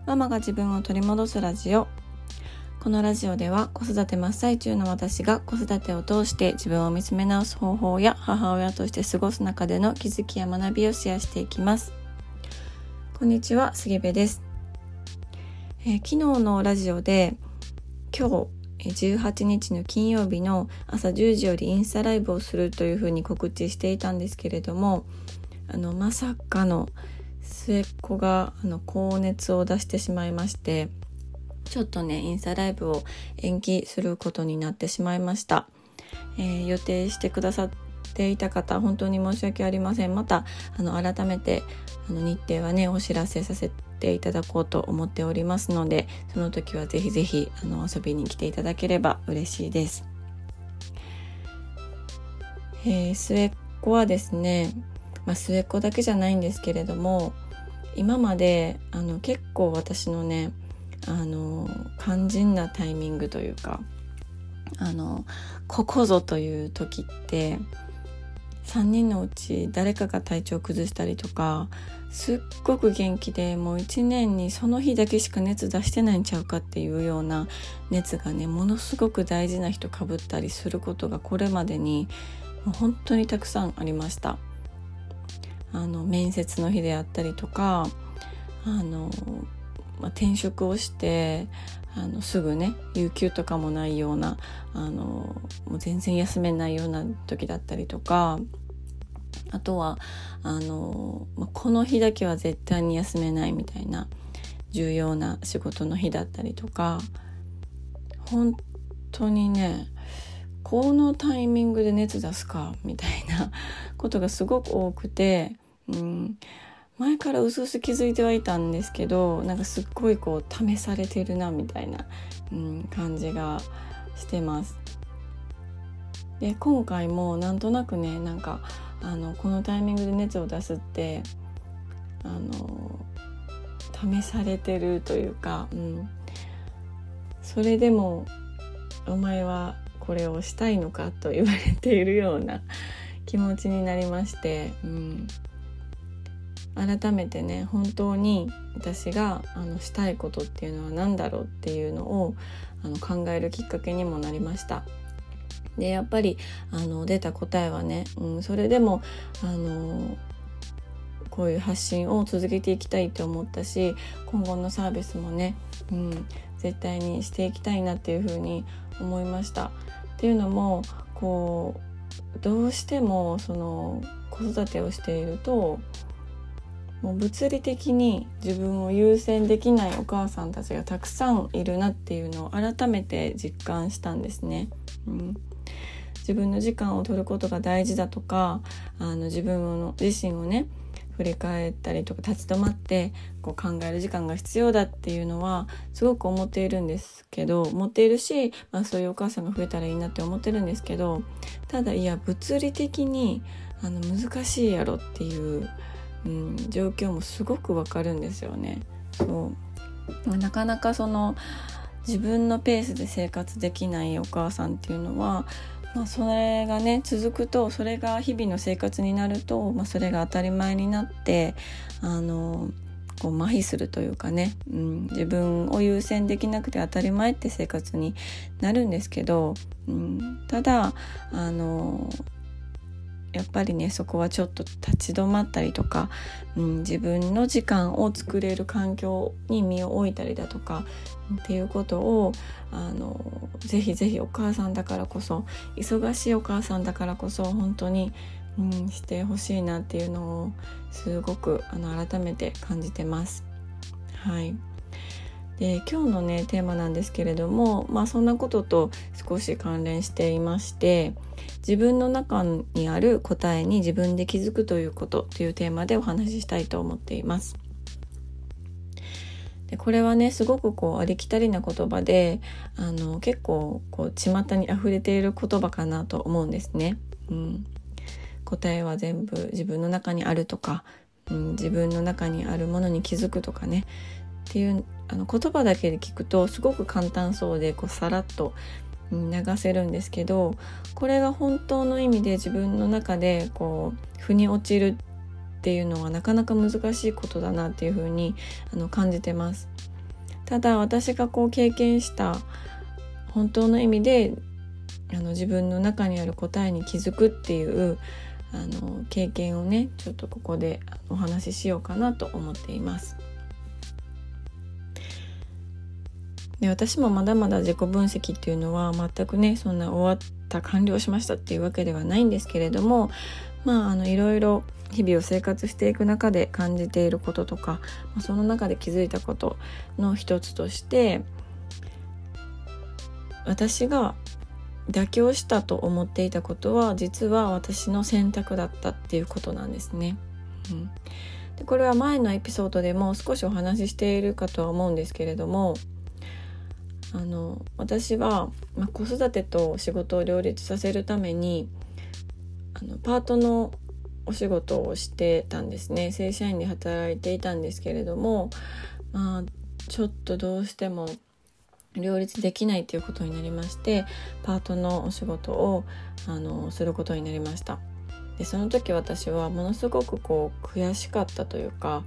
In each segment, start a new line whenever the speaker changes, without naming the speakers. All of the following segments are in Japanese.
ママが自分を取り戻すラジオ。このラジオでは子育て真っ最中の私が子育てを通して自分を見つめ直す方法や母親として過ごす中での気づきや学びをシェアしていきます。こんにちは、杉部です。昨日のラジオで今日18日の金曜日の朝10時よりインスタライブをするというふうに告知していたんですけれども、まさかの末っ子が高熱を出してしまいまして、ちょっとねインスタライブを延期することになってしまいました。予定してくださっていた方、本当に申し訳ありません。また改めて日程はねお知らせさせていただこうと思っておりますので、その時はぜひぜひ遊びに来ていただければ嬉しいです。末っ子はですね、末っ子だけじゃないんですけれども、今まで結構私のね肝心なタイミングというかここぞという時って3人のうち誰かが体調を崩したりとか、すっごく元気でもう1年にその日だけしか熱出してないんちゃうかっていうような熱がねものすごく大事な人かぶったりすることがこれまでにもう本当にたくさんありました。面接の日であったりとか転職をしてすぐね有給とかもないようなもう全然休めないような時だったりとか、あとはこの日だけは絶対に休めないみたいな重要な仕事の日だったりとか、本当にねこのタイミングで熱出すかみたいなことがすごく多くて、前からうすうす気づいてはいたんですけど、なんかすっごい試されてるなみたいな、感じがしてます。で今回もなんとなくねこのタイミングで熱を出すって試されてるというか、それでもお前はこれをしたいのかと言われているような気持ちになりまして、改めてね本当に私がしたいことっていうのは何だろうっていうのを考えるきっかけにもなりました。でやっぱり出た答えはね、それでもこういう発信を続けていきたいと思ったし、今後のサービスもね、絶対にしていきたいなっていうふうに思いました。っていうのもどうしても子育てをしているともう物理的に自分を優先できないお母さんたちがたくさんいるなっていうのを改めて実感したんですね。自分の時間を取ることが大事だとか、自分自身をね振り返ったりとか立ち止まって考える時間が必要だっていうのはすごく思っているんですけど、思っているし、そういうお母さんが増えたらいいなって思ってるんですけど、ただ物理的に難しいやろっていう、状況もすごくわかるんですよね。なかなか自分のペースで生活できないお母さんっていうのは、それがね続くと、それが日々の生活になると、それが当たり前になって麻痺するというかね、自分を優先できなくて当たり前って生活になるんですけど、ただやっぱりねそこはちょっと立ち止まったりとか、自分の時間を作れる環境に身を置いたりだとかっていうことをぜひぜひお母さんだからこそ、忙しいお母さんだからこそ本当に、してほしいなっていうのをすごく改めて感じてます。はい。で今日のねテーマなんですけれども、そんなことと少し関連していまして、自分の中にある答えに自分で気づくということというテーマでお話ししたいと思っています。でこれはねすごくありきたりな言葉で結構巷に溢れている言葉かなと思うんですね。答えは全部自分の中にあるとか、自分の中にあるものに気づくとかねっていう言葉だけで聞くとすごく簡単そうでさらっと流せるんですけど、これが本当の意味で自分の中で腑に落ちるっていうのはなかなか難しいことだなっていうふうに感じてます。 ただ私が経験した本当の意味で自分の中にある答えに気づくっていう経験をね、ちょっとここでお話ししようかなと思っています。で、私もまだまだ自己分析っていうのは全くね、そんな終わった完了しましたっていうわけではないんですけれども、いろいろ日々を生活していく中で感じていることとか、その中で気づいたことの一つとして、私が妥協したと思っていたことは実は私の選択だったっていうことなんですね。で、これは前のエピソードでも少しお話ししているかとは思うんですけれども、私は、子育てと仕事を両立させるためにパートのお仕事をしてたんですね。正社員で働いていたんですけれども、ちょっとどうしても両立できないということになりまして、パートのお仕事をすることになりました。で、その時私はものすごく悔しかったというか、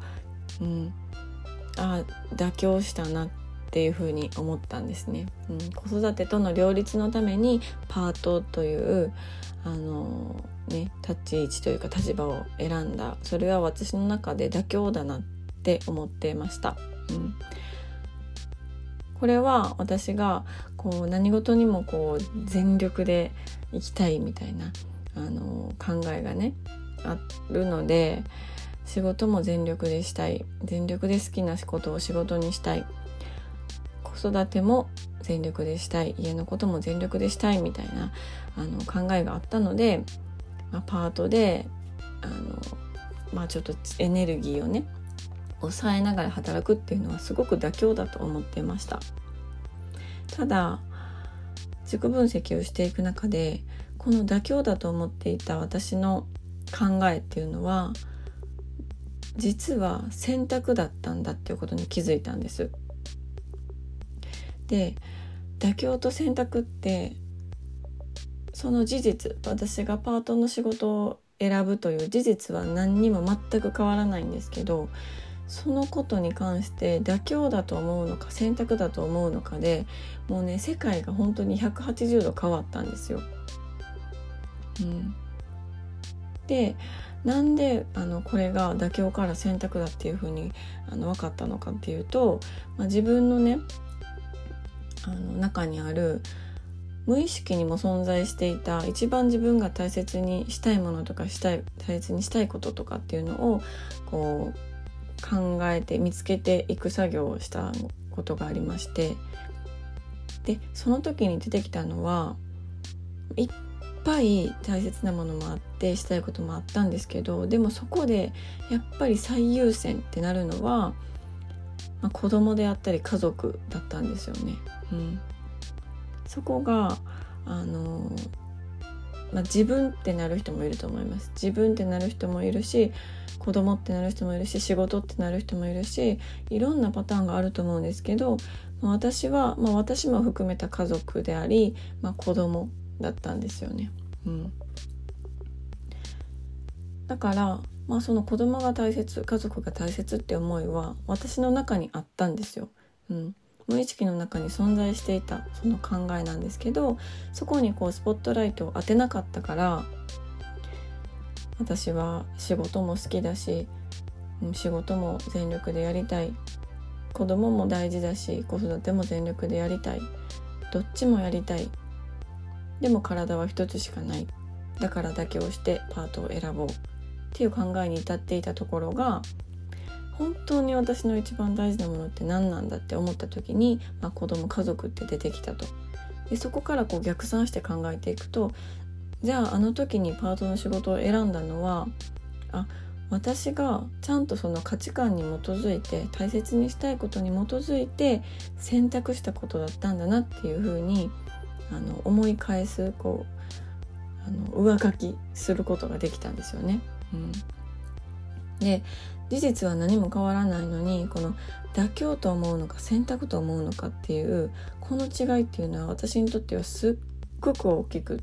妥協したなっていうふうに思ったんですね。子育てとの両立のためにパートという立ち位置というか立場を選んだ。それは私の中で妥協だなって思っていました。これは私が何事にも全力で生きたいみたいな考えがねあるので、仕事も全力でしたい、全力で好きなことを仕事にしたい、子育ても全力でしたい、家のことも全力でしたいみたいな考えがあったので、パートでちょっとエネルギーをね抑えながら働くっていうのはすごく妥協だと思っていました。ただ自己分析をしていく中で、この妥協だと思っていた私の考えっていうのは実は選択だったんだっていうことに気づいたんです。で、妥協と選択ってその事実、私がパートの仕事を選ぶという事実は何にも全く変わらないんですけど、そのことに関して妥協だと思うのか選択だと思うのかでもうね、世界が本当に180度変わったんですよ。で、なんでこれが妥協から選択だっていうふうに分かったのかっていうと、自分のね中にある無意識にも存在していた一番自分が大切にしたいものとか大切にしたいこととかっていうのを考えて見つけていく作業をしたことがありまして、でその時に出てきたのはいっぱい大切なものもあってしたいこともあったんですけど、でもそこでやっぱり最優先ってなるのは、子供であったり家族だったんですよね。そこが自分ってなる人もいると思います。自分ってなる人もいるし、子供ってなる人もいるし、仕事ってなる人もいるし、いろんなパターンがあると思うんですけど、私は、私も含めた家族であり、子供だったんですよね。だから、その子供が大切、家族が大切って思いは私の中にあったんですよ。無意識の中に存在していたその考えなんですけど、そこにスポットライトを当てなかったから、私は仕事も好きだし、仕事も全力でやりたい、子供も大事だし子育ても全力でやりたい、どっちもやりたい、でも体は一つしかない、だから妥協してパートを選ぼうっていう考えに至っていたところが、本当に私の一番大事なものって何なんだって思った時に、子供家族って出てきたと。でそこから逆算して考えていくと、じゃああの時にパートの仕事を選んだのは、私がちゃんとその価値観に基づいて大切にしたいことに基づいて選択したことだったんだなっていうふうに思い返す上書きすることができたんですよね。で事実は何も変わらないのに、この妥協と思うのか選択と思うのかっていうこの違いっていうのは私にとってはすっごく大きくって、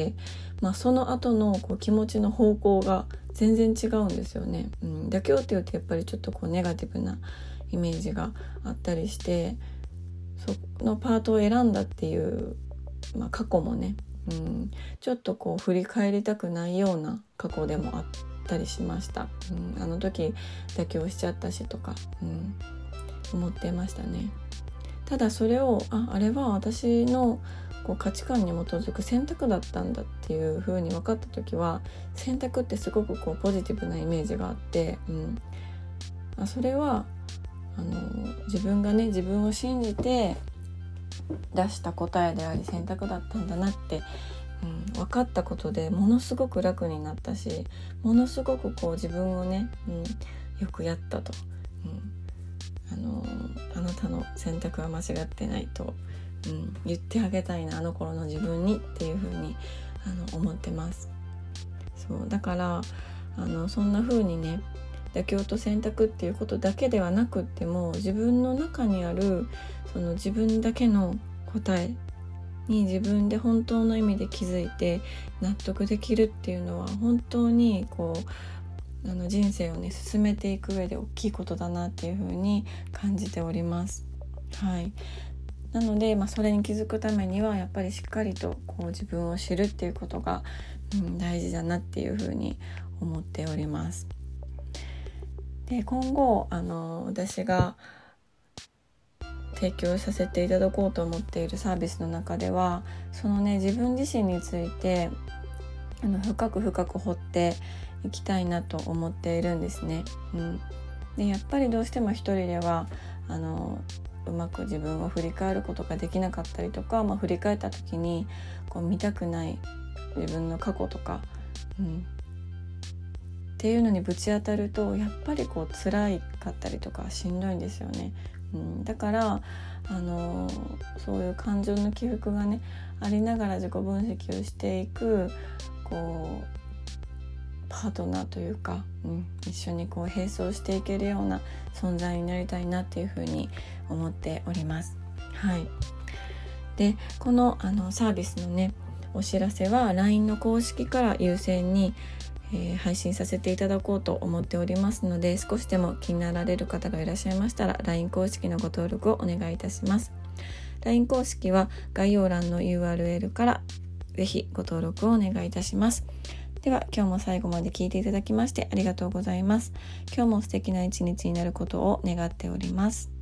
その後の気持ちの方向が全然違うんですよね。妥協っていうとやっぱりちょっとネガティブなイメージがあったりして、 そのパートを選んだっていう、過去もね、ちょっとこう振り返りたくないような過去でもあったりしました。あの時妥協しちゃったしとか、思ってましたね。ただそれをあれは私のこう価値観に基づく選択だったんだっていう風に分かった時は、選択ってすごくこうポジティブなイメージがあって、それは自分がね自分を信じて出した答えであり選択だったんだなって、分かったことでものすごく楽になったし、ものすごくこう自分をね、よくやったと、あなたの選択は間違ってないと、言ってあげたいな、あの頃の自分にっていう風に思ってます。そうだからそんな風にね、妥協と選択っていうことだけではなくっても、自分の中にあるその自分だけの答えに自分で本当の意味で気づいて納得できるっていうのは、本当にこう人生をね進めていく上で大きいことだなっていう風に感じております。なので、それに気づくためにはやっぱりしっかりとこう自分を知るっていうことが、大事だなっていう風に思っております。で、今後私が提供させていただこうと思っているサービスの中では、そのね自分自身について深く掘っていきたいなと思っているんですね。でやっぱりどうしても一人ではうまく自分を振り返ることができなかったりとか、振り返った時にこう見たくない自分の過去とか、っていうのにぶち当たると、やっぱりこう辛かったりとかしんどいんですよね。だからそういう感情の起伏がねありながら自己分析をしていくこうパートナーというか、一緒にこう並走していけるような存在になりたいなっていうふうに思っております。でこのサービスのねお知らせは LINE の公式から優先に、配信させていただこうと思っておりますので、少しでも気になられる方がいらっしゃいましたら LINE 公式のご登録をお願いいたします。 LINE 公式は概要欄の URL からぜひご登録をお願いいたします。では今日も最後まで聞いていただきましてありがとうございます。今日も素敵な一日になることを願っております。